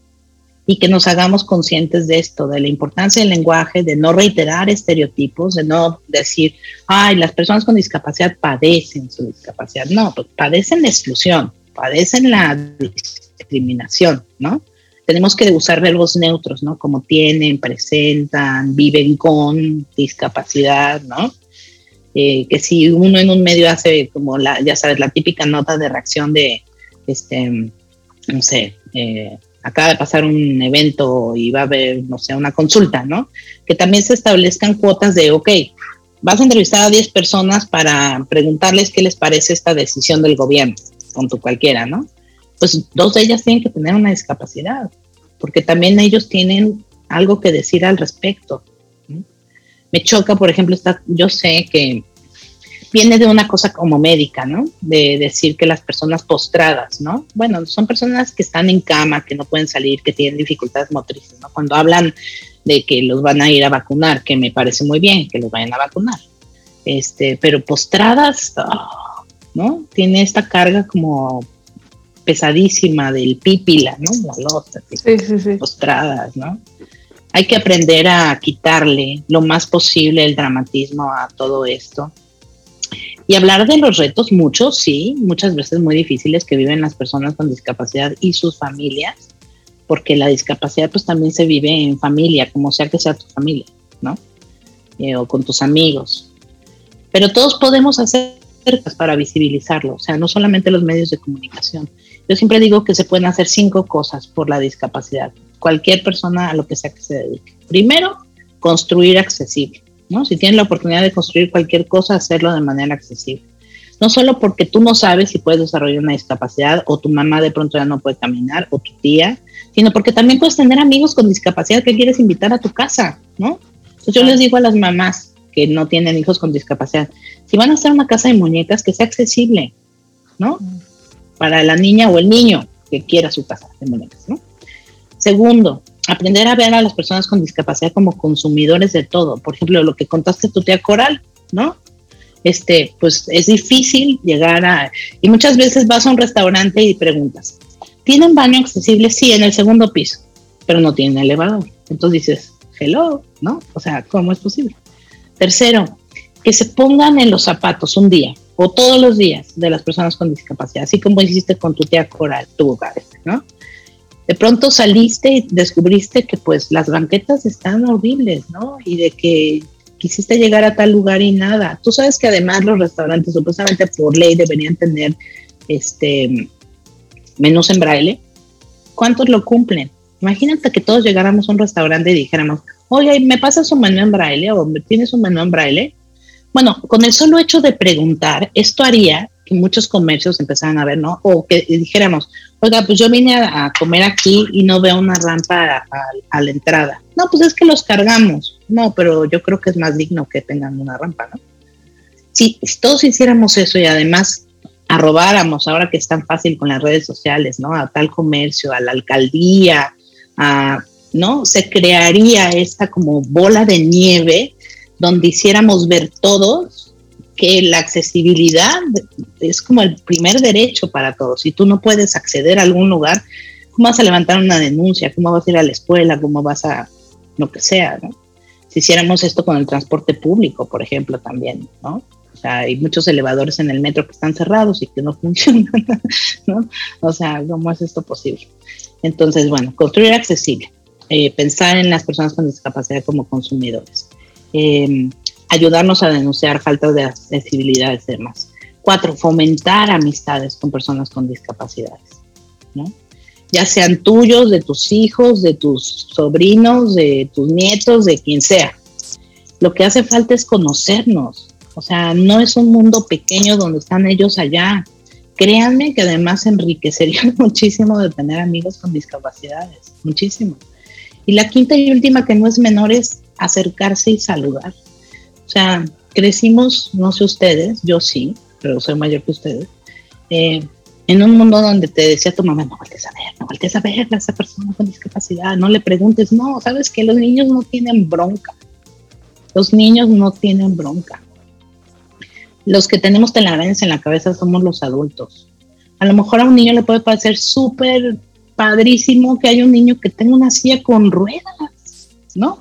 Y que nos hagamos conscientes de esto, de la importancia del lenguaje, de no reiterar estereotipos, de no decir, ay, las personas con discapacidad padecen su discapacidad. No, pues padecen la exclusión, padecen la discriminación, ¿no? Tenemos que usar verbos neutros, ¿no? Como tienen, presentan, viven con discapacidad, ¿no? Que si uno en un medio hace como ya sabes, la típica nota de reacción de, no sé, acaba de pasar un evento y va a haber, no sé, una consulta, ¿no? Que también se establezcan cuotas de, ok, vas a entrevistar a 10 personas para preguntarles qué les parece esta decisión del gobierno, con tu cualquiera, ¿no? Pues 2 de ellas tienen que tener una discapacidad, porque también ellos tienen algo que decir al respecto, ¿no? Me choca, por ejemplo, yo sé que viene de una cosa como médica, ¿no? De decir que las personas postradas, ¿no? Bueno, son personas que están en cama, que no pueden salir, que tienen dificultades motrices, ¿no? Cuando hablan de que los van a ir a vacunar, que me parece muy bien que los vayan a vacunar, pero postradas, ¿no? Tiene esta carga como pesadísima del pípila, ¿no? La losa, sí. Postradas, ¿no? Hay que aprender a quitarle lo más posible el dramatismo a todo esto. Y hablar de los retos, muchas veces muy difíciles que viven las personas con discapacidad y sus familias, porque la discapacidad pues también se vive en familia, como sea que sea tu familia, ¿no? O con tus amigos. Pero todos podemos hacer para visibilizarlo, o sea, no solamente los medios de comunicación. Yo siempre digo que se pueden hacer 5 cosas por la discapacidad, cualquier persona a lo que sea que se dedique. Primero, construir accesible, ¿no? Si tienes la oportunidad de construir cualquier cosa, hacerlo de manera accesible. No solo porque tú no sabes si puedes desarrollar una discapacidad o tu mamá de pronto ya no puede caminar o tu tía, sino porque también puedes tener amigos con discapacidad que quieres invitar a tu casa, ¿no? Entonces yo les digo a las mamás que no tienen hijos con discapacidad, si van a hacer una casa de muñecas, que sea accesible, ¿no? Para la niña o el niño que quiera su casa de muñecas, ¿no? Segundo, aprender a ver a las personas con discapacidad como consumidores de todo. Por ejemplo, lo que contaste tu tía Coral, ¿no? Pues es difícil llegar a... Y muchas veces vas a un restaurante y preguntas, ¿tienen baño accesible? Sí, en el segundo piso, pero no tienen elevador. Entonces dices, hello, ¿no? O sea, ¿cómo es posible? Tercero, que se pongan en los zapatos un día o todos los días de las personas con discapacidad, así como hiciste con tu tía Coral, ¿no? De pronto saliste y descubriste que pues las banquetas están horribles, ¿no? Y de que quisiste llegar a tal lugar y nada. Tú sabes que además los restaurantes supuestamente por ley deberían tener menús en braille. ¿Cuántos lo cumplen? Imagínate que todos llegáramos a un restaurante y dijéramos, oye, ¿me pasas un menú en braille o tienes un menú en braille? Bueno, con el solo hecho de preguntar, esto haría que muchos comercios empezaran a ver, ¿no? O que dijéramos, oiga, pues yo vine a comer aquí y no veo una rampa a la entrada. No, pues es que los cargamos. No, pero yo creo que es más digno que tengan una rampa, ¿no? Si todos hiciéramos eso y además arrobáramos, ahora que es tan fácil con las redes sociales, ¿no? A tal comercio, a la alcaldía, ¿no? Se crearía esta como bola de nieve donde hiciéramos ver todos que la accesibilidad es como el primer derecho para todos. Si tú no puedes acceder a algún lugar, ¿cómo vas a levantar una denuncia? ¿Cómo vas a ir a la escuela? ¿Cómo vas a lo que sea, ¿no? Si hiciéramos esto con el transporte público, por ejemplo, también, ¿no? O sea, hay muchos elevadores en el metro que están cerrados y que no funcionan, ¿no? O sea, ¿cómo es esto posible? Entonces, bueno, construir accesible, pensar en las personas con discapacidad como consumidores, ayudarnos a denunciar faltas de accesibilidad y demás. 4, fomentar amistades con personas con discapacidades, ¿no? Ya sean tuyos, de tus hijos, de tus sobrinos, de tus nietos, de quien sea. Lo que hace falta es conocernos. O sea, no es un mundo pequeño donde están ellos allá. Créanme que además enriquecería muchísimo de tener amigos con discapacidades, muchísimo. Y la quinta y última, que no es menor, es acercarse y saludar. O sea, crecimos, no sé ustedes, yo sí, pero soy mayor que ustedes, en un mundo donde te decía tu mamá, no voltees a ver a esa persona con discapacidad, no le preguntes, no, sabes que los niños no tienen bronca. Los niños no tienen bronca. Los que tenemos telarañas en la cabeza somos los adultos. A lo mejor a un niño le puede parecer súper padrísimo que haya un niño que tenga una silla con ruedas, ¿no?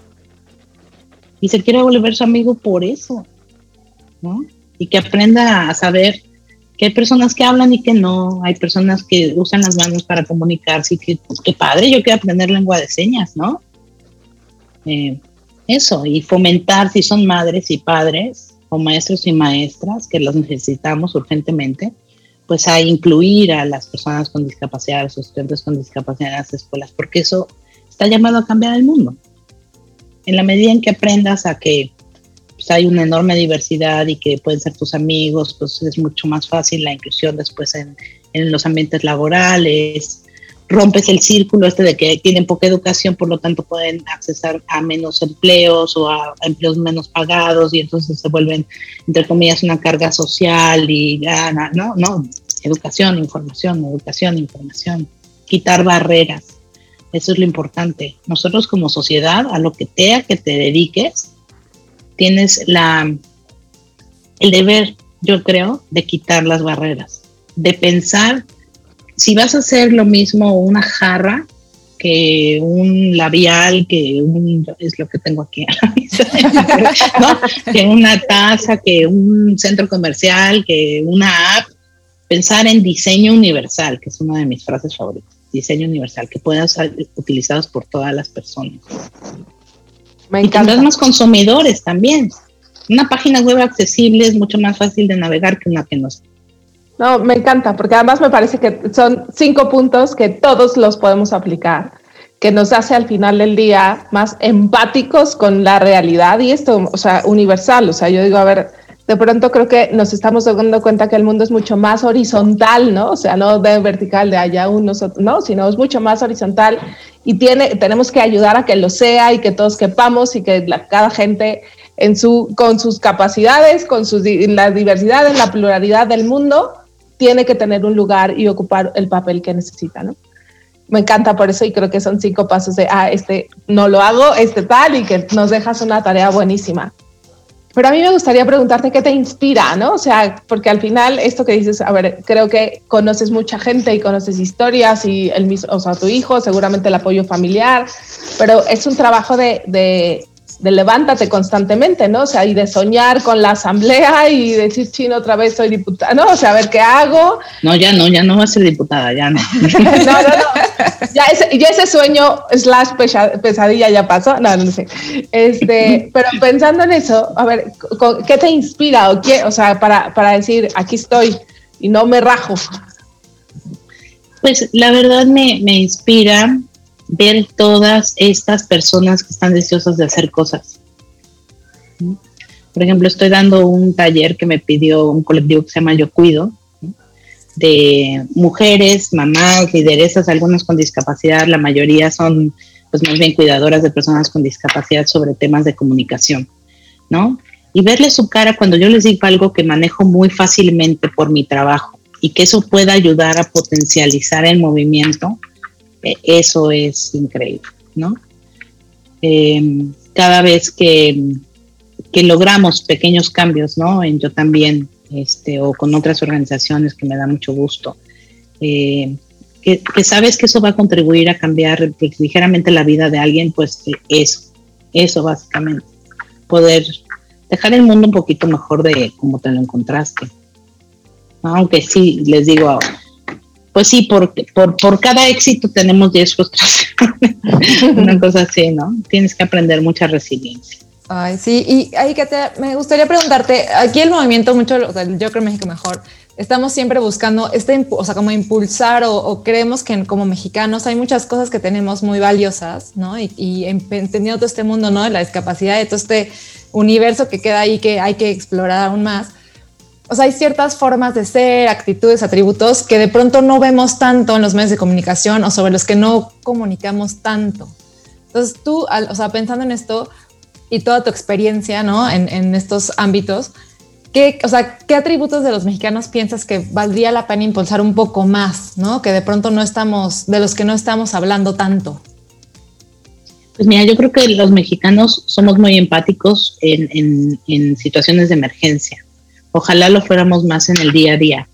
Y se quiere volver su amigo por eso, ¿no? Y que aprenda a saber que hay personas que hablan y que no, hay personas que usan las manos para comunicarse y que, pues, qué padre, yo quiero aprender lengua de señas, ¿no? Eso, y fomentar, si son madres y padres, o maestros y maestras, que los necesitamos urgentemente, pues a incluir a las personas con discapacidad, a los estudiantes con discapacidad en las escuelas, porque eso está llamado a cambiar el mundo. En la medida en que aprendas a que pues, hay una enorme diversidad y que pueden ser tus amigos, pues es mucho más fácil la inclusión después en los ambientes laborales. Rompes el círculo de que tienen poca educación, por lo tanto pueden accesar a menos empleos o a empleos menos pagados y entonces se vuelven, entre comillas, una carga social y no, educación, información, quitar barreras. Eso es lo importante. Nosotros como sociedad, a lo que sea que te dediques, tienes el deber, yo creo, de quitar las barreras, de pensar si vas a hacer lo mismo una jarra que un labial, es lo que tengo aquí a la vista, ¿no? Que una taza, que un centro comercial, que una app. Pensar en diseño universal, que es una de mis frases favoritas, diseño universal, que puedan ser utilizados por todas las personas. Me y encanta. tendrás más consumidores también. Una página web accesible es mucho más fácil de navegar que una que no. No, me encanta, porque además me parece que son 5 puntos que todos los podemos aplicar, que nos hace al final del día más empáticos con la realidad y esto, o sea, universal. O sea, yo digo, a ver, de pronto creo que nos estamos dando cuenta que el mundo es mucho más horizontal, ¿no? O sea, no de vertical, de allá unos, no, sino es mucho más horizontal y tenemos que ayudar a que lo sea y que todos quepamos y que cada gente con sus capacidades, la diversidad, en la pluralidad del mundo, tiene que tener un lugar y ocupar el papel que necesita, ¿no? Me encanta por eso y creo que son 5 pasos de, no lo hago, tal, y que nos dejas una tarea buenísima. Pero a mí me gustaría preguntarte qué te inspira, ¿no? O sea, porque al final esto que dices, a ver, creo que conoces mucha gente y conoces historias y o sea, tu hijo, seguramente el apoyo familiar, pero es un trabajo de levántate constantemente, ¿no? O sea, y de soñar con la asamblea y decir, chino, otra vez soy diputada, ¿no? O sea, a ver qué hago. No, ya no va a ser diputada, ya no. No. Ya ese sueño / pesadilla ya pasó. No sé. Pero pensando en eso, a ver, ¿qué te inspira o sea, para decir, aquí estoy y no me rajo? Pues la verdad me inspira ver todas estas personas que están deseosas de hacer cosas. Por ejemplo, estoy dando un taller que me pidió un colectivo que se llama Yo Cuido, de mujeres, mamás, lideresas, algunas con discapacidad, la mayoría son pues más bien cuidadoras de personas con discapacidad sobre temas de comunicación, ¿no? Y verles su cara cuando yo les digo algo que manejo muy fácilmente por mi trabajo y que eso pueda ayudar a potencializar el movimiento, eso es increíble, ¿no? Cada vez que logramos pequeños cambios, ¿no? En Yo También, o con otras organizaciones que me da mucho gusto, que sabes que eso va a contribuir a cambiar ligeramente la vida de alguien, pues eso básicamente, poder dejar el mundo un poquito mejor de como te lo encontraste. Aunque sí, les digo, pues sí, por cada éxito tenemos 10 frustraciones, una cosa así, ¿no? Tienes que aprender mucha resiliencia. Ay, sí, y ahí me gustaría preguntarte, aquí el movimiento mucho, o sea, Yo Creo México Mejor, estamos siempre buscando o sea, como impulsar o creemos que como mexicanos hay muchas cosas que tenemos muy valiosas, ¿no? Y entendiendo todo este mundo, ¿no? De la discapacidad, de todo este universo que queda ahí que hay que explorar aún más. O sea, hay ciertas formas de ser, actitudes, atributos que de pronto no vemos tanto en los medios de comunicación o sobre los que no comunicamos tanto. Entonces tú, o sea, pensando en esto y toda tu experiencia, ¿no? En estos ámbitos, ¿qué atributos de los mexicanos piensas que valdría la pena impulsar un poco más, ¿no? Que de pronto de los que no estamos hablando tanto. Pues mira, yo creo que los mexicanos somos muy empáticos en situaciones de emergencia. Ojalá lo fuéramos más en el día a día.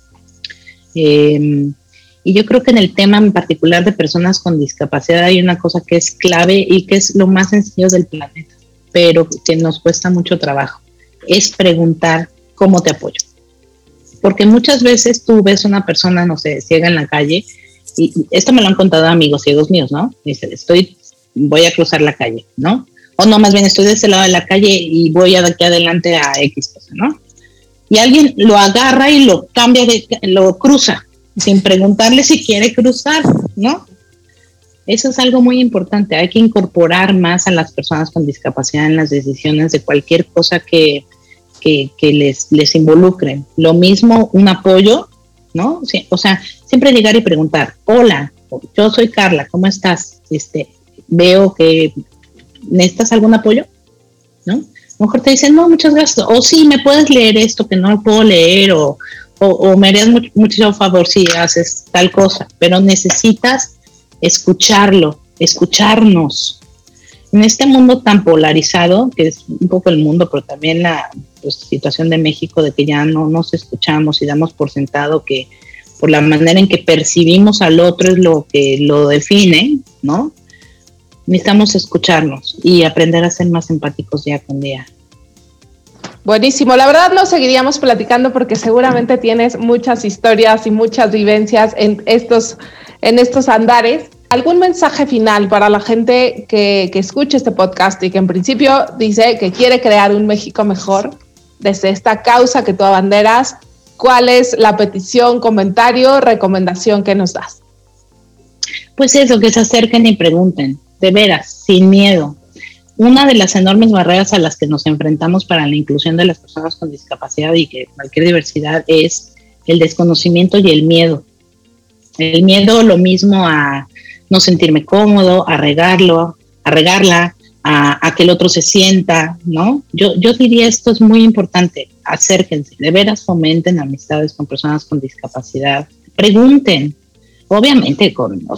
Y yo creo que en el tema en particular de personas con discapacidad hay una cosa que es clave y que es lo más sencillo del planeta, pero que nos cuesta mucho trabajo. Es preguntar cómo te apoyo. Porque muchas veces tú ves una persona, no sé, ciega en la calle, y esto me lo han contado amigos ciegos míos, ¿no? Dice, voy a cruzar la calle, ¿no? O no, más bien estoy de este lado de la calle y voy de aquí adelante a X cosa, ¿no? Y alguien lo agarra y lo cambia, lo cruza, sin preguntarle si quiere cruzar, ¿no? Eso es algo muy importante. Hay que incorporar más a las personas con discapacidad en las decisiones de cualquier cosa que les involucren. Lo mismo un apoyo, ¿no? Sí, o sea, siempre llegar y preguntar, hola, yo soy Carla, ¿cómo estás? Veo que necesitas algún apoyo, ¿no? A lo mejor te dicen, no, muchas gracias, o sí, me puedes leer esto que no lo puedo leer, o me harías mucho favor si haces tal cosa, pero necesitas escucharnos. En este mundo tan polarizado, que es un poco el mundo, pero también pues, situación de México, de que ya no nos escuchamos y damos por sentado que por la manera en que percibimos al otro es lo que lo define, ¿no? Necesitamos escucharnos y aprender a ser más empáticos día con día. Buenísimo, la verdad nos seguiríamos platicando porque seguramente tienes muchas historias y muchas vivencias en estos andares. ¿Algún mensaje final para la gente que escuche este podcast y que en principio dice que quiere crear un México mejor desde esta causa que tú abanderas? ¿Cuál es la petición, comentario, recomendación que nos das? Pues eso, que se acerquen y pregunten, de veras, sin miedo. Una de las enormes barreras a las que nos enfrentamos para la inclusión de las personas con discapacidad y que cualquier diversidad es el desconocimiento y el miedo. El miedo, lo mismo a no sentirme cómodo, a regarla, a que el otro se sienta, ¿no? Yo diría esto es muy importante, acérquense, de veras fomenten amistades con personas con discapacidad, pregunten, obviamente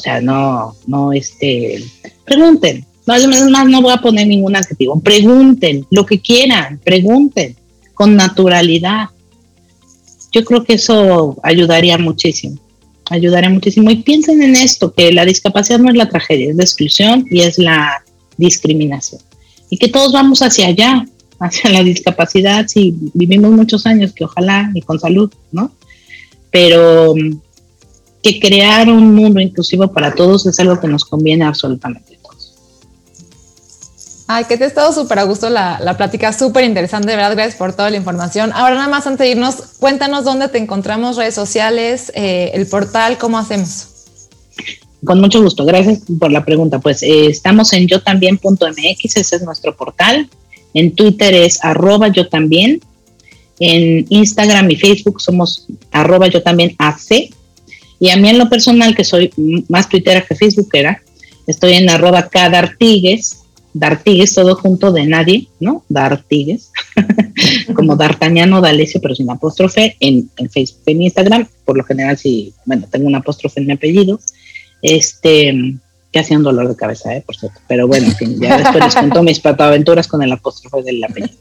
pregunten, no voy a poner ningún adjetivo, pregunten lo que quieran, pregunten con naturalidad. Yo creo que eso ayudaría muchísimo y piensen en esto, que la discapacidad no es la tragedia, es la exclusión y es la discriminación y que todos vamos hacia allá, hacia la discapacidad, si vivimos muchos años, que ojalá y con salud, ¿no? Pero que crear un mundo inclusivo para todos es algo que nos conviene absolutamente a todos. Ay, que te ha estado súper a gusto la plática, súper interesante, de verdad, gracias por toda la información. Ahora nada más antes de irnos, cuéntanos dónde te encontramos, redes sociales, el portal, ¿cómo hacemos? Con mucho gusto, gracias por la pregunta. Pues estamos en yotambien.mx, ese es nuestro portal. En Twitter es @yotambién. En Instagram y Facebook somos @yotambiénac. Y a mí en lo personal, que soy más tuitera que facebookera, estoy en @kdartigues, Dartigues todo junto de nadie, ¿no? Dartigues, como D'Artagnan o D'Alessio, pero sin apóstrofe, en Facebook, en Instagram, por lo general tengo un apóstrofe en mi apellido, que ha sido un dolor de cabeza, por cierto, pero bueno, en fin, ya después les cuento mis patoaventuras con el apóstrofe del apellido.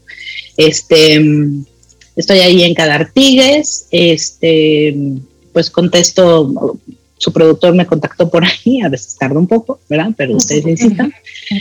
Estoy ahí en Kdartigues, pues contesto, su productor me contactó por ahí, a veces tarda un poco, ¿verdad? Pero ustedes necesitan.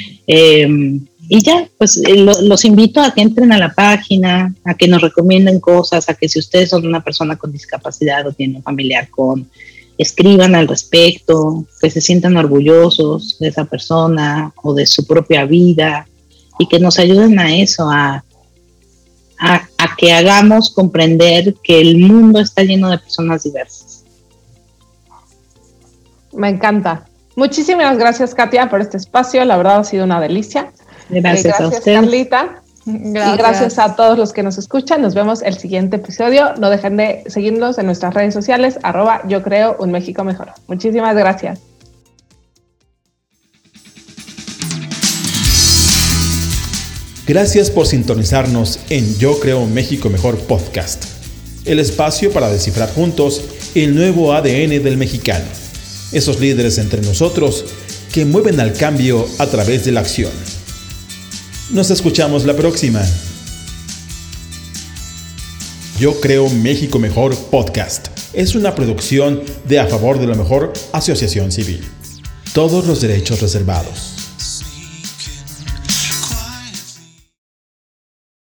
Y ya, pues los invito a que entren a la página, a que nos recomienden cosas, a que si ustedes son una persona con discapacidad o tienen un familiar escriban al respecto, que se sientan orgullosos de esa persona o de su propia vida y que nos ayuden a eso, a que hagamos comprender que el mundo está lleno de personas diversas. Me encanta. Muchísimas gracias, Katia, por este espacio. La verdad ha sido una delicia. Gracias a usted, Carlita. Gracias. Y gracias a todos los que nos escuchan. Nos vemos el siguiente episodio. No dejen de seguirnos en nuestras redes sociales, @Yo Creo un México Mejor. Muchísimas gracias. Gracias por sintonizarnos en Yo Creo un México Mejor podcast, el espacio para descifrar juntos el nuevo ADN del mexicano, esos líderes entre nosotros que mueven al cambio a través de la acción. Nos escuchamos la próxima. Yo Creo México Mejor podcast es una producción de A Favor de lo Mejor Asociación Civil. Todos los derechos reservados.